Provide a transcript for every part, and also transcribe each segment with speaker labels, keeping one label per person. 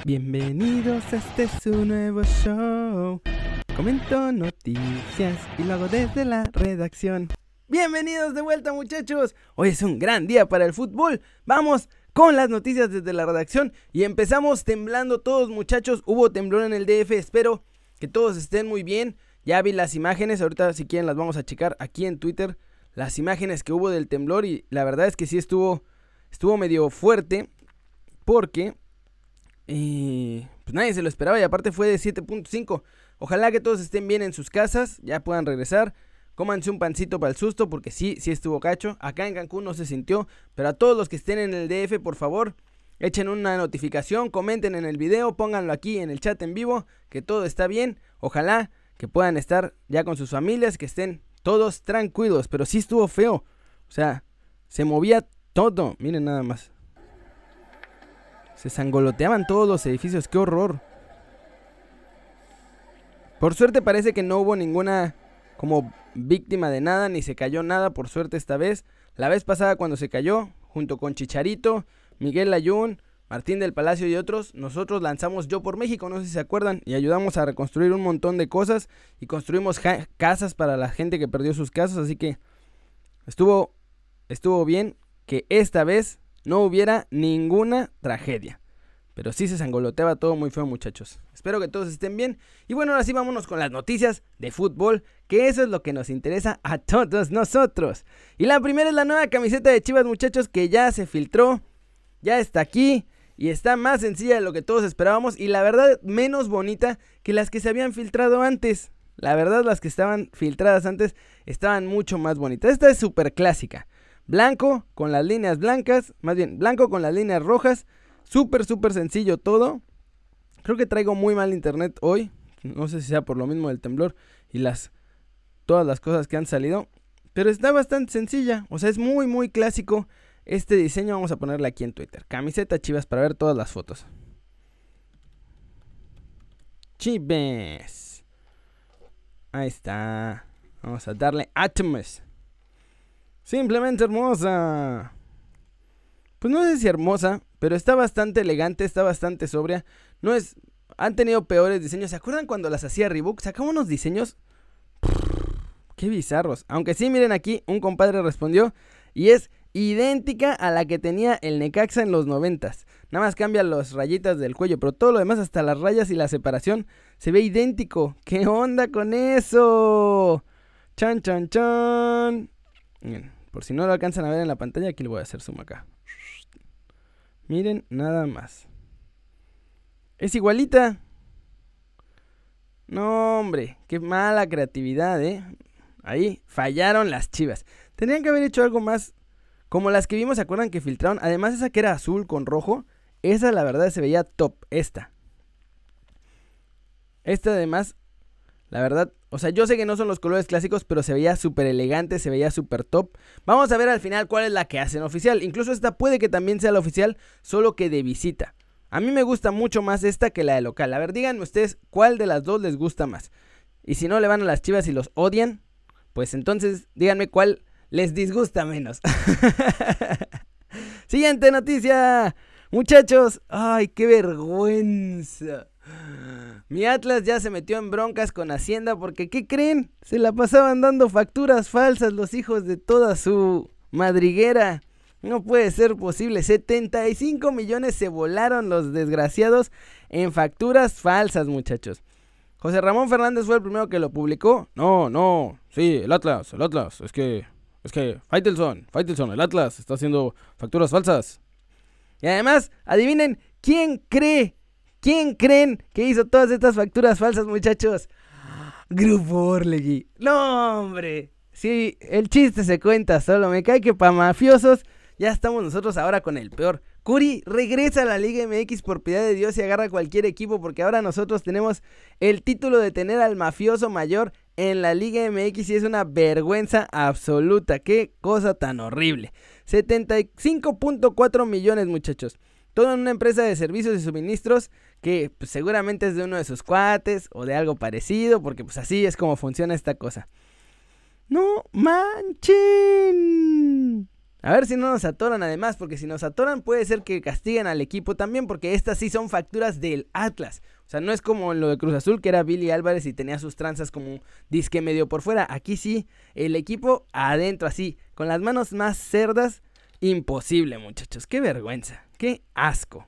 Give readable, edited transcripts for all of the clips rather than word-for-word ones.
Speaker 1: Bienvenidos a este su nuevo show. Comento noticias y lo hago desde la redacción. Bienvenidos de vuelta, muchachos. Hoy es un gran día para el fútbol. Vamos con las noticias desde la redacción y empezamos temblando todos, muchachos. Hubo temblor en el DF, espero que todos estén muy bien. Ya vi las imágenes, ahorita si quieren las vamos a checar aquí en Twitter, las imágenes que hubo del temblor, y la verdad es que sí estuvo medio fuerte, porque pues nadie se lo esperaba, y aparte fue de 7.5. Ojalá que todos estén bien en sus casas, ya puedan regresar. Cómanse un pancito para el susto, porque sí estuvo cacho. Acá en Cancún no se sintió, pero a todos los que estén en el DF, por favor, echen una notificación, comenten en el video, pónganlo aquí en el chat en vivo, que todo está bien. Ojalá que puedan estar ya con sus familias, que estén todos tranquilos, pero sí estuvo feo. O sea, se movía todo, miren nada más. Se sangoloteaban todos los edificios, qué horror. Por suerte parece que no hubo ninguna como víctima de nada, ni se cayó nada, por suerte esta vez. La vez pasada cuando se cayó, junto con Chicharito, Miguel Layún, Martín del Palacio y otros, nosotros lanzamos Yo por México, no sé si se acuerdan, y ayudamos a reconstruir un montón de cosas, y construimos casas para la gente que perdió sus casas, así que estuvo bien que esta vez no hubiera ninguna tragedia. Pero sí se sangoloteaba todo muy feo, muchachos. Espero que todos estén bien. Y bueno, ahora sí vámonos con las noticias de fútbol, que eso es lo que nos interesa a todos nosotros. Y la primera es la nueva camiseta de Chivas, muchachos, que ya se filtró, ya está aquí, y está más sencilla de lo que todos esperábamos, y la verdad menos bonita que las que se habían filtrado antes. La verdad, las que estaban filtradas antes estaban mucho más bonitas. Esta es súper clásica. Blanco con las líneas blancas, más bien blanco con las líneas rojas. Súper sencillo todo. Creo que traigo muy mal internet hoy. No sé si sea por lo mismo del temblor y todas las cosas que han salido. Pero está bastante sencilla. O sea, es muy clásico este diseño. Vamos a ponerle aquí en Twitter. Camiseta Chivas para ver todas las fotos. Chivas. Ahí está. Vamos a darle Atoms. Simplemente hermosa. Pues no sé si hermosa, pero está bastante elegante, está bastante sobria. No es... Han tenido peores diseños. ¿Se acuerdan cuando las hacía Reebok? Sacaba unos diseños... Qué bizarros. Aunque sí, miren aquí, un compadre respondió y es idéntica a la que tenía el Necaxa en los 90s. Nada más cambia las rayitas del cuello, pero todo lo demás, hasta las rayas y la separación, se ve idéntico. ¿Qué onda con eso? Chan. Miren, por si no lo alcanzan a ver en la pantalla, aquí le voy a hacer zoom acá. Miren nada más. Es igualita. No, hombre, qué mala creatividad, Ahí fallaron las Chivas. Tendrían que haber hecho algo más como las que vimos, ¿se acuerdan que filtraron? Además esa que era azul con rojo, esa la verdad se veía top. Esta además, la verdad, o sea, yo sé que no son los colores clásicos, pero se veía súper elegante, se veía súper top. Vamos a ver al final cuál es la que hacen oficial. Incluso esta puede que también sea la oficial, solo que de visita. A mí me gusta mucho más esta que la de local. A ver, díganme ustedes cuál de las dos les gusta más. Y si no le van a las Chivas y los odian, pues entonces díganme cuál les disgusta menos. Siguiente noticia. Muchachos, ay, qué vergüenza. Mi Atlas ya se metió en broncas con Hacienda porque, ¿qué creen? Se la pasaban dando facturas falsas los hijos de toda su madriguera. No puede ser posible. 75 millones se volaron los desgraciados en facturas falsas, muchachos. José Ramón Fernández fue el primero que lo publicó. No, sí, el Atlas. Es que Faitelson, el Atlas está haciendo facturas falsas. Y además, adivinen, ¿quién creen que hizo todas estas facturas falsas, muchachos? Grupo Orlegui. No, hombre. Sí, el chiste se cuenta solo. Me cae que para mafiosos ya estamos nosotros ahora con el peor. Curi regresa a la Liga MX por piedad de Dios y agarra cualquier equipo, porque ahora nosotros tenemos el título de tener al mafioso mayor en la Liga MX y es una vergüenza absoluta. Qué cosa tan horrible. 75.4 millones, muchachos. Todo en una empresa de servicios y suministros que pues, seguramente es de uno de sus cuates o de algo parecido, porque pues así es como funciona esta cosa. ¡No manchen! A ver si no nos atoran además, porque si nos atoran puede ser que castiguen al equipo también, porque estas sí son facturas del Atlas. O sea, no es como en lo de Cruz Azul, que era Billy Álvarez y tenía sus tranzas como disque medio por fuera. Aquí sí, el equipo adentro, así, con las manos más cerdas. Imposible, muchachos. Qué vergüenza. Qué asco.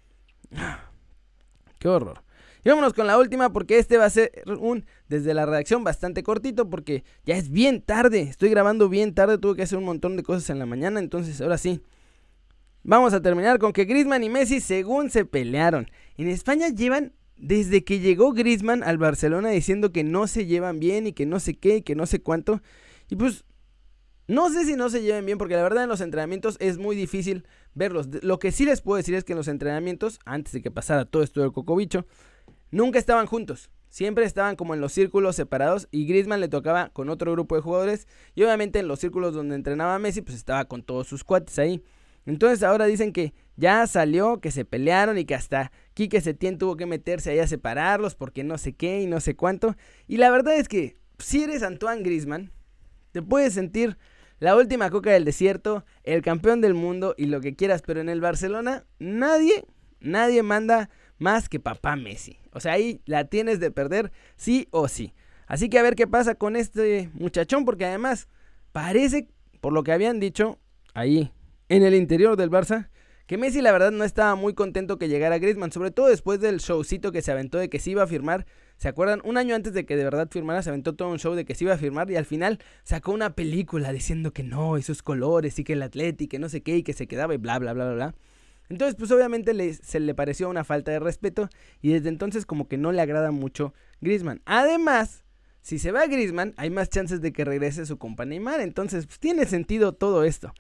Speaker 1: Qué horror. Y vámonos con la última, porque este va a ser desde la redacción bastante cortito, porque ya es bien tarde. Estoy grabando bien tarde, tuve que hacer un montón de cosas en la mañana, entonces ahora sí. Vamos a terminar con que Griezmann y Messi según se pelearon. En España llevan desde que llegó Griezmann al Barcelona diciendo que no se llevan bien y que no sé qué y que no sé cuánto. Y pues no sé si no se lleven bien, porque la verdad en los entrenamientos es muy difícil verlos. Lo que sí les puedo decir es que en los entrenamientos, antes de que pasara todo esto del cocobicho, nunca estaban juntos. Siempre estaban como en los círculos separados y Griezmann le tocaba con otro grupo de jugadores. Y obviamente en los círculos donde entrenaba Messi, pues estaba con todos sus cuates ahí. Entonces ahora dicen que ya salió, que se pelearon y que hasta Quique Setién tuvo que meterse ahí a separarlos porque no sé qué y no sé cuánto. Y la verdad es que si eres Antoine Griezmann, te puedes sentir la última coca del desierto, el campeón del mundo y lo que quieras, pero en el Barcelona nadie manda más que papá Messi. O sea, ahí la tienes de perder sí o sí. Así que a ver qué pasa con este muchachón, porque además parece, por lo que habían dicho ahí en el interior del Barça, que Messi la verdad no estaba muy contento que llegara Griezmann, sobre todo después del showcito que se aventó de que se iba a firmar. ¿Se acuerdan? Un año antes de que de verdad firmara, se aventó todo un show de que se iba a firmar y al final sacó una película diciendo que no, y sus colores, y que el Atleti, que no sé qué, y que se quedaba y bla, bla, bla, bla, bla. Entonces, pues obviamente se le pareció una falta de respeto y desde entonces como que no le agrada mucho Griezmann. Además, si se va Griezmann, hay más chances de que regrese su compa Neymar, entonces pues tiene sentido todo esto.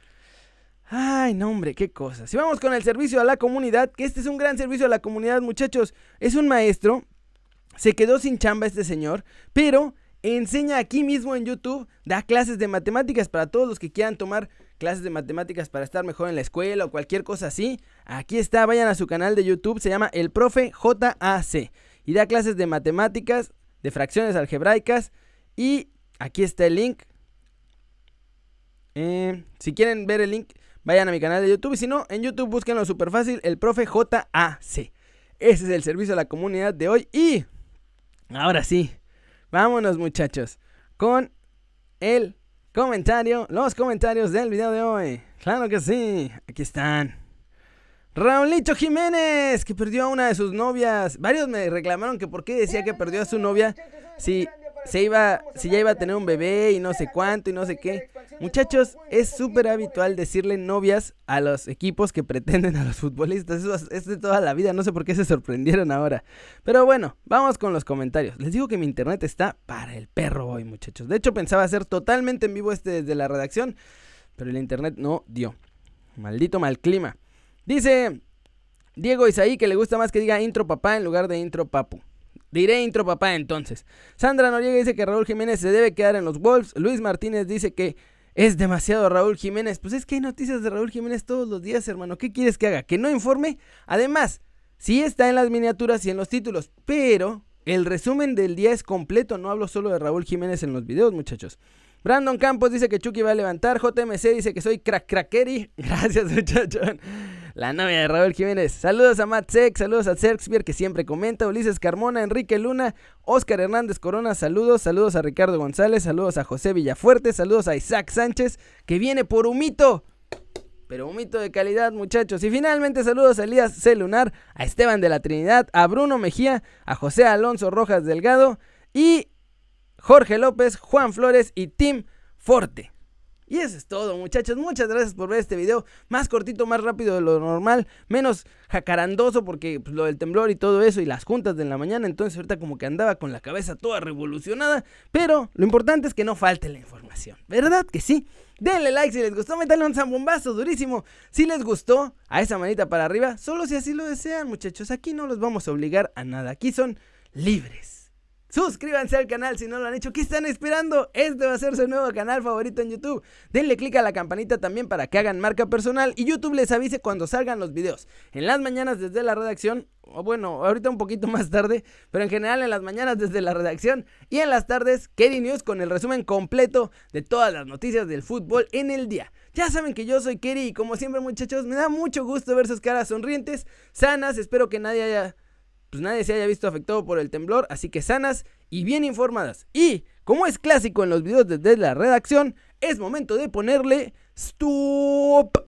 Speaker 1: Ay, no hombre, qué cosas. Si vamos con el servicio a la comunidad, que este es un gran servicio a la comunidad, muchachos. Es un maestro, se quedó sin chamba este señor, pero enseña aquí mismo en YouTube, da clases de matemáticas para todos los que quieran tomar clases de matemáticas para estar mejor en la escuela o cualquier cosa así. Aquí está, vayan a su canal de YouTube, se llama El Profe JAC y da clases de matemáticas, de fracciones algebraicas y aquí está el link. Si quieren ver el link, vayan a mi canal de YouTube y si no, en YouTube búsquenlo súper fácil, El Profe JAC. Ese es el servicio a la comunidad de hoy y ahora sí, vámonos muchachos con el comentario, los comentarios del video de hoy. Claro que sí, aquí están. Raulito Jiménez, que perdió a una de sus novias. Varios me reclamaron que por qué decía que perdió a su novia si ya iba a tener un bebé y no sé cuánto y no sé qué. Muchachos, es súper habitual decirle novias a los equipos que pretenden a los futbolistas. Eso es de toda la vida, no sé por qué se sorprendieron ahora. Pero bueno, vamos con los comentarios. Les digo que mi internet está para el perro hoy, muchachos. De hecho, pensaba hacer totalmente en vivo desde la redacción, pero el internet no dio. Maldito mal clima. Dice Diego Isaí que le gusta más que diga intro papá en lugar de intro papu. Diré intro papá entonces. Sandra Noriega dice que Raúl Jiménez se debe quedar en los Wolves. Luis Martínez dice que es demasiado Raúl Jiménez. Pues es que hay noticias de Raúl Jiménez todos los días, hermano. ¿Qué quieres que haga? ¿Que no informe? Además, sí está en las miniaturas y en los títulos, pero el resumen del día es completo. No hablo solo de Raúl Jiménez en los videos, muchachos. Brandon Campos dice que Chucky va a levantar. JMC dice que soy crackeri. Gracias, muchachos. La novia de Raúl Jiménez. Saludos a Matt Sex, saludos a Shakespeare que siempre comenta. Ulises Carmona, Enrique Luna, Oscar Hernández Corona, saludos a Ricardo González, saludos a José Villafuerte, saludos a Isaac Sánchez, que viene por humito. Pero humito de calidad, muchachos. Y finalmente saludos a Elías C. Lunar, a Esteban de la Trinidad, a Bruno Mejía, a José Alonso Rojas Delgado y Jorge López, Juan Flores y Tim Forte. Y eso es todo, muchachos. Muchas gracias por ver este video. Más cortito, más rápido de lo normal. Menos jacarandoso porque pues, lo del temblor y todo eso y las juntas de la mañana. Entonces ahorita como que andaba con la cabeza toda revolucionada. Pero lo importante es que no falte la información. ¿Verdad que sí? Denle like si les gustó. Métanle un zambombazo durísimo si les gustó. A esa manita para arriba. Solo si así lo desean, muchachos. Aquí no los vamos a obligar a nada. Aquí son libres. Suscríbanse al canal si no lo han hecho. ¿Qué están esperando? Este va a ser su nuevo canal favorito en YouTube. Denle click a la campanita también para que hagan marca personal y YouTube les avise cuando salgan los videos. En las mañanas desde la redacción, o bueno, ahorita un poquito más tarde, pero en general en las mañanas desde la redacción y en las tardes, Keri News con el resumen completo de todas las noticias del fútbol en el día. Ya saben que yo soy Keri y como siempre, muchachos, me da mucho gusto ver sus caras sonrientes, sanas. Espero que nadie se haya visto afectado por el temblor, así que sanas y bien informadas. Y como es clásico en los videos desde la redacción, es momento de ponerle stop.